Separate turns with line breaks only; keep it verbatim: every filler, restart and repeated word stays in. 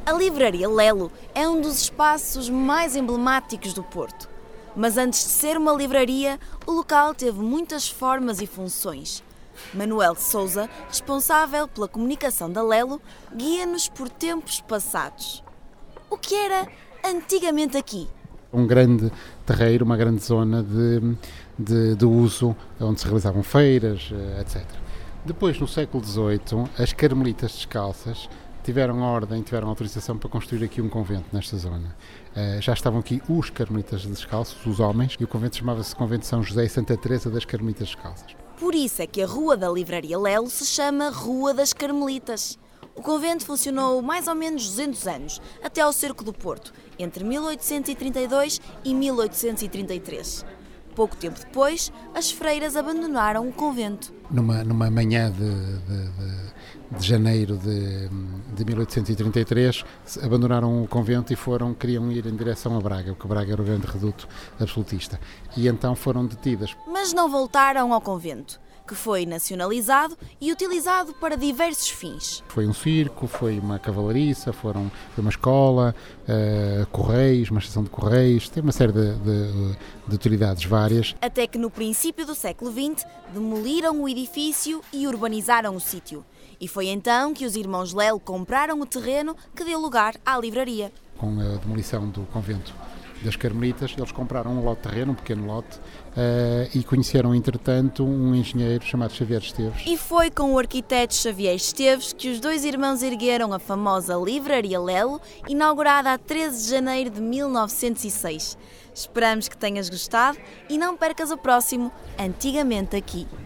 A Livraria Lelo é um dos espaços mais emblemáticos do Porto. Mas antes de ser uma livraria, o local teve muitas formas e funções. Manuel de Sousa, responsável pela comunicação da Lelo, guia-nos por tempos passados. O que era antigamente aqui?
Um grande terreiro, uma grande zona de, de, de uso, onde se realizavam feiras, etcétera. Depois, no século dezoito, as Carmelitas Descalças tiveram ordem, tiveram autorização para construir aqui um convento nesta zona. Uh, já estavam aqui os Carmelitas Descalços, os homens, e o convento chamava-se Convento São José e Santa Teresa das Carmelitas Descalças.
Por isso é que a Rua da Livraria Lelo se chama Rua das Carmelitas. O convento funcionou mais ou menos duzentos anos, até ao Cerco do Porto, entre mil oitocentos e trinta e dois e mil oitocentos e trinta e três. Pouco tempo depois, as freiras abandonaram o convento.
Numa, numa manhã de, de, de, de janeiro de, de mil oitocentos e trinta e três, abandonaram o convento e foram, queriam ir em direção a Braga, porque Braga era o grande reduto absolutista. E então foram detidas.
Mas não voltaram ao convento, que foi nacionalizado e utilizado para diversos fins.
Foi um circo, foi uma cavalariça, foram, foi uma escola, uh, correios, uma estação de correios, tem uma série de, de, de utilidades várias.
Até que no princípio do século vinte demoliram o edifício e urbanizaram o sítio. E foi então que os irmãos Lelo compraram o terreno que deu lugar à livraria.
Com a demolição do convento das Carmelitas, eles compraram um lote de terreno, um pequeno lote, uh, e conheceram, entretanto, um engenheiro chamado Xavier Esteves.
E foi com o arquiteto Xavier Esteves que os dois irmãos ergueram a famosa Livraria Lelo, inaugurada a treze de janeiro de mil novecentos e seis. Esperamos que tenhas gostado e não percas o próximo Antigamente Aqui.